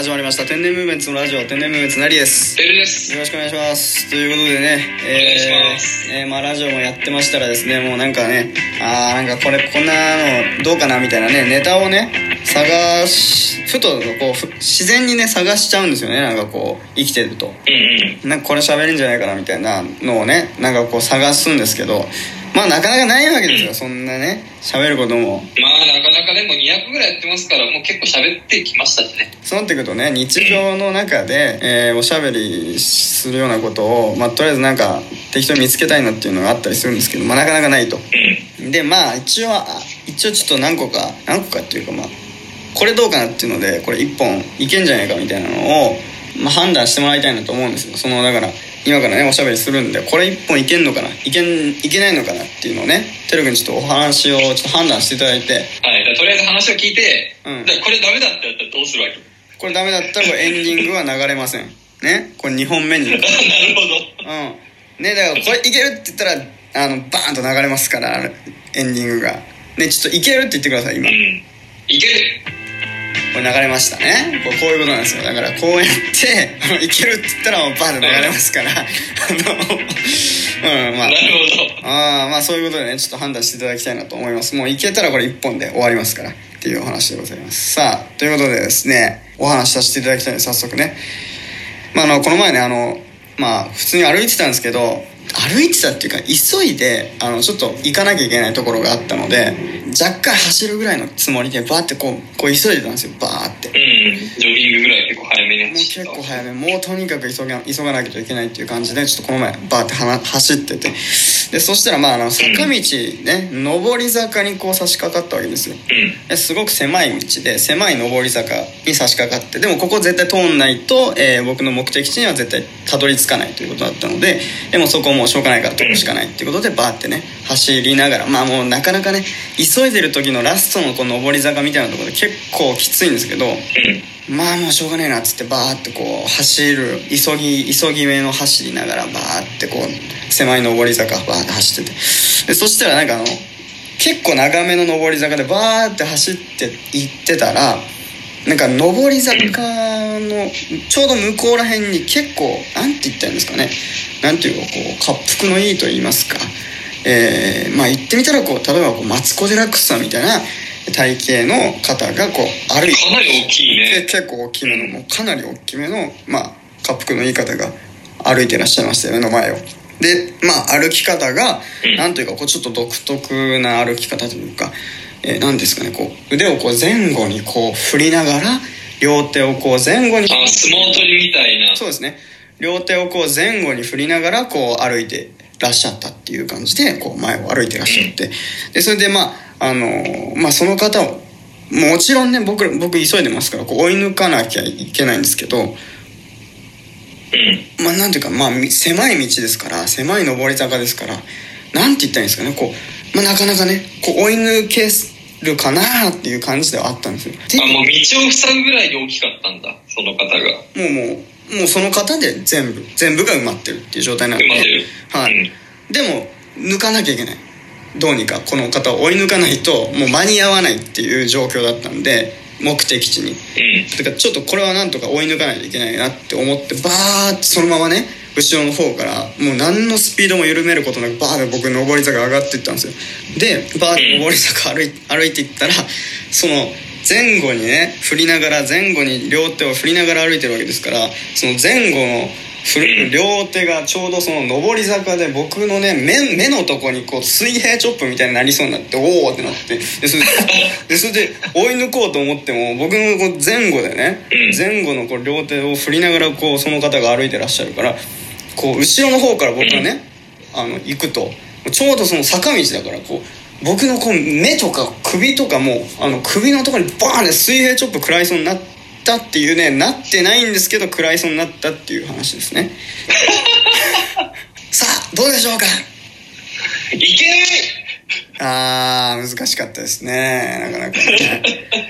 始まりました天然ムーブメンツのラジオ、天然ムーブメンツなりです。 てるです。 よろしくお願いします。ということでね、 お願いします。 ラジオもやってましたらですね、もうなんかね、なんかこんなのどうかなみたいなね、ネタをねふとこう自然にね探しちゃうんですよね。なんかこう生きてると、なんかこれ喋るんじゃないかなみたいなのをね、なんかこう探すんですけど、まあなかなかないわけですよ、そんなね喋ることも。 まあなかなかでも200ぐらいやってますから、もう結構喋ってきましたしね。 そうなってくるとね、日常の中で、おしゃべりするようなことを、とりあえずなんか適当に見つけたいなっていうのがあったりするんですけど、なかなかないと。で一応ちょっと何個かっていうか、これどうかなっていうので、これ1本いけんじゃないかみたいなのを、判断してもらいたいなと思うんですよ。だから今からねおしゃべりするんで、これ1本いけんのかな、いけないのかなっていうのをね、てるくんちょっとお話をちょっと判断していただいて、 はい、とりあえず話を聞いて、じゃあこれダメだってやったらどうするわけ？ これダメだったらこれエンディングは流れませんね。これ2本目になるほど。ね、だからこれいけるって言ったらバーンと流れますから、エンディングがね。ちょっといけるって言ってください今。 いける。 これ流れましたね。こういうことなんですよ。だからこうやっていけるって言ったらバーンと流れますからなるほど。そういうことでね、ちょっと判断していただきたいなと思います。もういけたらこれ1本で終わりますからっていうお話でございます。さあ、ということでですね、お話しさせていただきたいので早速ね、この前ね普通に歩いてたんですけど、歩いてたっていうか急いでちょっと行かなきゃいけないところがあったので、若干走るぐらいのつもりでバーってこう急いでたんですよ。バーってジョギングぐらい結構早めに走った。もう結構早め、もうとにかく急がなきゃいけないっていう感じで、ちょっとこの前バーって走ってて、でそしたら坂道ね、上り坂にこう差し掛かったわけですよ。すごく狭い道で狭い上り坂に差し掛かって、でもここ絶対通んないと、僕の目的地には絶対たどり着かないということだったので、でもそこもうしょうがないから通るしかないっていうことでバーってね走りながら、もうなかなかね急いでる時のラストのこの上り坂みたいなところで結構きついんですけど、もうしょうがねえなっつってバーってこう走る、急ぎ目の走りながらバーってこう狭い上り坂バーって走ってて、でそしたらなんか結構長めの上り坂でバーって走って行ってたら、なんか上り坂のちょうど向こうら辺に結構なんて言ったらいいんですかね、なんていうかこう恰幅のいいと言いますか、行ってみたら例えばマツコ・デラックスさんみたいな体型の方がこう歩いて、 かなり大きいね。 結構大きめの、もうかなり大きめの恰幅のいい方が歩いてらっしゃいましたよ、目の前を。で歩き方がなんというかこうちょっと独特な歩き方というか、なんですかね、こう腕をこう前後にこう振りながら、両手をこう前後に、 相撲取りみたいな。 そうですね、両手をこう前後に振りながらこう歩いてらっしゃったっていう感じでこう前を歩いてらっしゃって、でそれでその方をもちろんね僕急いでますからこう追い抜かなきゃいけないんですけど、なんていうか狭い道ですから、狭い上り坂ですから、なんて言ったらいいんですかね、こうなかなかねこう追い抜けるかなっていう感じではあったんですよ。 もう道を塞ぐぐらいに大きかったんだ、その方が。 もうその方で全部が埋まってるっていう状態なんで、はい、でも抜かなきゃいけない、どうにかこの方を追い抜かないともう間に合わないっていう状況だったんで、目的地に、だからちょっとこれはなんとか追い抜かないといけないなって思って、バーってそのままね後ろの方からもう何のスピードも緩めることなくバーって僕上り坂上がっていったんですよ。でバーって上り坂歩いていったら、その前後にね振りながら、前後に両手を振りながら歩いてるわけですから、その前後の両手がちょうどその上り坂で僕のね目のとこにこう水平チョップみたいになりそうになって、おおってなって、それで追い抜こうと思っても、僕のこう前後でね、前後のこう両手を振りながらこうその方が歩いてらっしゃるから、こう後ろの方から僕がね行くと、ちょうどその坂道だから、こう僕のこう目とか首とかも首のところにバーンって水平チョップ食らいそうになったっていうね、なってないんですけど食らいそうになったっていう話ですねさあどうでしょうか。 いけない。 難しかったですね、なかなかね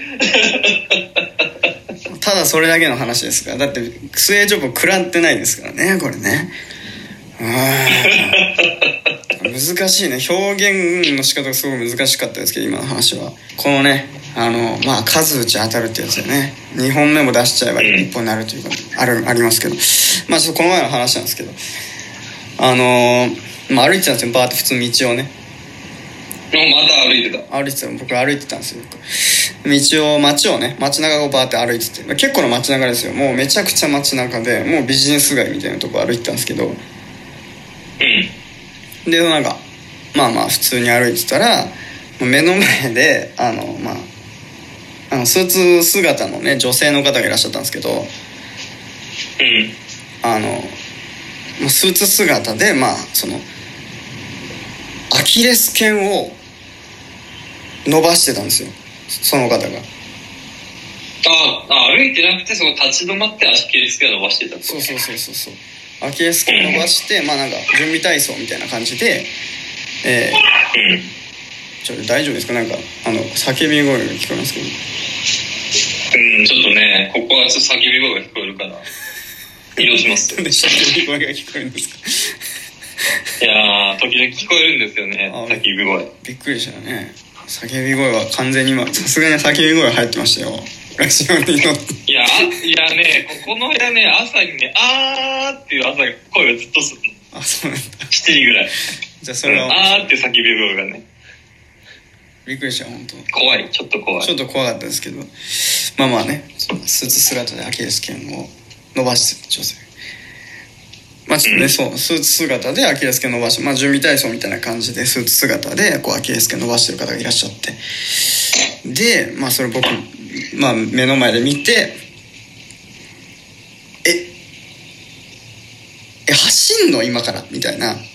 ただそれだけの話ですから、だって水平チョップ食らってないですからね、これね。 難しいね、表現の仕方がすごく難しかったですけど、今の話はこのね、まあ数打ち当たるってやつでね、2本目も出しちゃえば1本になるということありますけど、まあちょっとこの前の話なんですけど、まあ、歩いてたんですよ、バーって普通の道をね。 また歩いてた。 僕歩いてたんですよ。街をね、街中をバーって歩いてて、結構な街中ですよ。もうめちゃくちゃ街中で、もうビジネス街みたいなとこ歩いてたんですけど、でなんかまあ普通に歩いてたら、目の前でスーツ姿のね女性の方がいらっしゃったんですけど、スーツ姿でそのアキレス腱を伸ばしてたんですよ、その方が。 歩いてなくて、その立ち止まってアキレス腱を伸ばしてた。 そうアキレス腱を伸ばして、なんか準備体操みたいな感じで、大丈夫ですか、なんか叫び声が聞こえますけど。 ちょっとね、ここはちょっと叫び声が聞こえるから移動します。 なんで叫び声が聞こえるんですか？ いやー、時々聞こえるんですよね、叫び声。びっくりしたね。叫び声は完全にさすがに叫び声入ってましたよ、ラジオにの。 いやね、この部屋ね、朝にね、あーっていう声がずっとするの。 そうなんだ。 7時ぐらい。 じゃあそれは、 あーっていう叫び声がね。 びっくりした、本当。 ちょっと怖かったですけど、まあね、スーツ姿でアキレス腱を伸ばしてる女性、ちょっとね、スーツ姿でアキレス腱伸ばして、準備体操みたいな感じでスーツ姿でこうアキレス腱伸ばしてる方がいらっしゃって、でそれ僕、目の前で見て、走んの今からみたいな、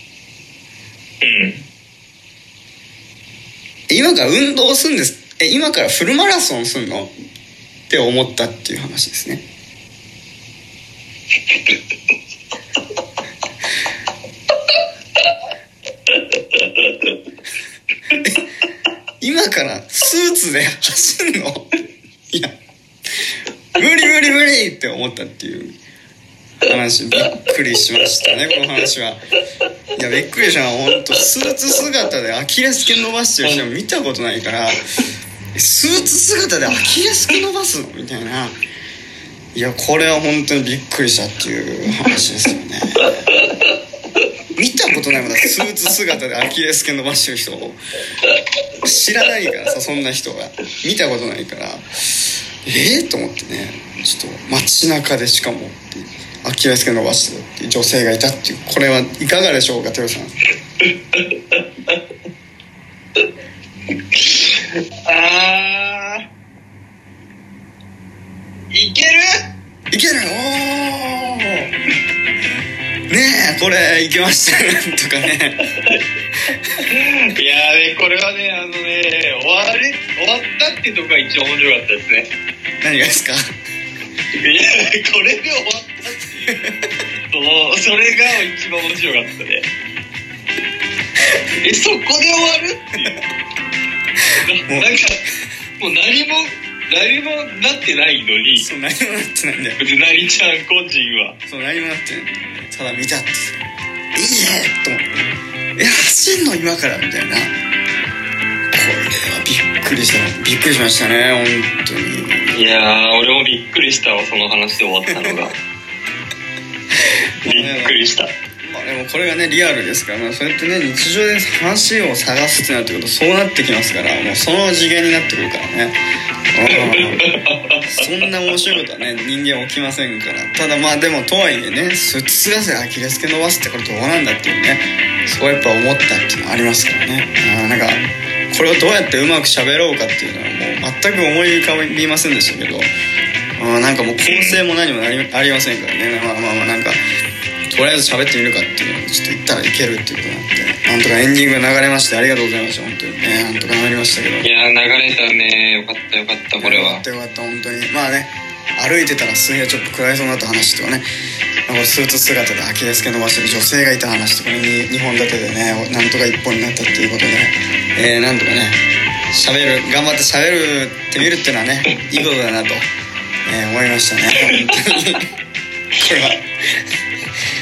今から運動するんです、今からフルマラソンすんのって思ったっていう話ですね。今からスーツで走るの？いや、無理って思ったっていう話。びっくりしましたね、この話は。いや、びっくりしたのは本当、スーツ姿でアキレス腱伸ばしてる人見たことないから、スーツ姿でアキレス腱伸ばすのみたいな。いや、これは本当にびっくりしたっていう話ですよね。見たことないもんだ、スーツ姿でアキレス腱伸ばしてる人を知らないからさ、そんな人が見たことないから、と思ってね、ちょっと街中でしかもアキレス腱伸ばしてるっていう女性がいたっていう、これはいかがでしょうか、テオさん。 いけるねえ、これいけましたね、なんとかね。 いやね、これはね、終わったっていうところが一番面白かったですね。 何がですか？ いや、これで終わったっていうそれが一番面白かったね。そこで終わるっていうなんかもう何もなってないのに。 そう、何もなってないんだよ。 別になりちゃん個人は。 そう、何もなってない。ただ見たって。いいねと思って。走んの今からみたいな。これはびっくりしましたね、本当に。 いやー、俺もびっくりしたわ、その話で終わったのが。びっくりした。 でもこれがね、リアルですから、そうやってね、日常で話を探すってなってくるとそうなってきますから、もうその次元になってくるからね。そんな面白いことはね、人間起きませんから。ただでもとはいえね、スーツ姿でアキレス腱伸ばすってこれどうなんだっていうね、そうやっぱ思ったっていうのはありますからね。なんかこれをどうやってうまく喋ろうかっていうのはもう全く思い浮かびませんでしたけど、なんかもう構成も何もありませんからね。なんかとりあえず喋ってみるかっていうのをちょっと言ったらいけるっていうことになって、なんとかエンディングが流れましてありがとうございました。本当にね、なんとかなりましたけど。 いや、流れたね。よかったこれは。 よかった本当に。歩いてたらすげえちょっと暗いそうになった話とかね、スーツ姿でアキレス腱伸ばしてる女性がいた話とかね、2本立てでね、なんとか1本になったっていうことで、なんとかね、頑張って喋るってみるっていうのはね、いいことだなと、思いましたね、本当に。これは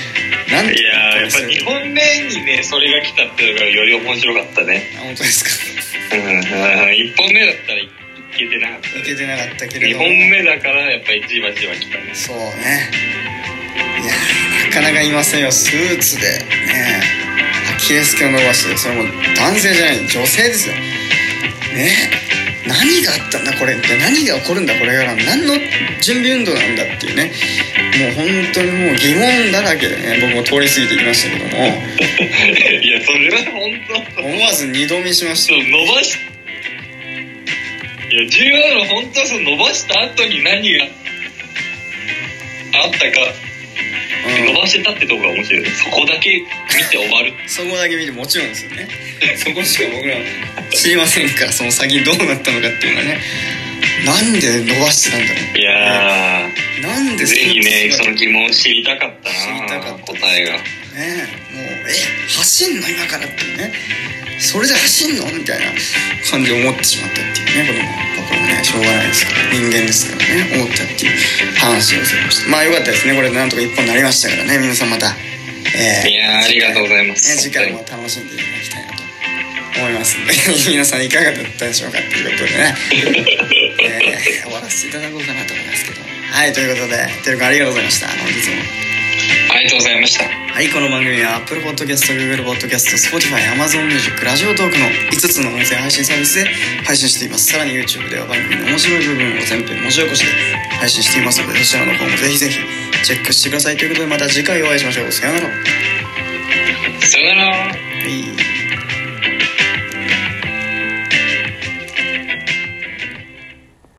なんていやーやっぱ2本目にねそれが来たっていうのがより面白かったね。 本当ですか。 1本目だったらいけてなかった、 いけてなかったけれども 2本目だからやっぱりじわじわ来たね。 そうね。いやなかなかいませんよ、スーツでねアキレス腱を伸ばして、それも男性じゃない女性ですよね。何があったんだこれ、何が起こるんだこれから、何の準備運動なんだっていうね、もう本当にもう疑問だらけでね、僕も通り過ぎていきましたけどもいやそれは本当思わず二度見しました。 伸ばしいや重要なの本当はその伸ばした後に何があったか、伸ばしてたってとこが面白い。そこだけ見て終わるそこだけ見てもちろんですよねそこしか僕ら知りませんから、その先どうなったのかっていうのはね。なんで伸ばしてたんだろう。 いやーなんでぜひねその疑問を知りたかったな。 知りたかった答えがね。もう走んの今からっていうね、それで走んのみたいな感じで思ってしまったっていうね。これも僕もねしょうがないですから、人間ですからね、思ったっていう話をしました。まあよかったですね、これでなんとか一本になりましたからね。皆さんまた、 いやありがとうございます。 次回も楽しんでいただきたいなと思いますので皆さんいかがだったでしょうかっていうことでね終わらせていただこうかなと思いますけど、はい、ということでてるくんありがとうございました。本日もありがとうございました。 はい、この番組は Apple Podcast、Google Podcast、Spotify、Amazon Music、ラジオトークの5つの音声配信サービスで配信しています。さらに YouTube では番組の面白い部分を全編文字起こしで配信していますので、そちらの方もぜひぜひチェックしてくださいということで、また次回お会いしましょう。さようなら。 さよなら。 はい。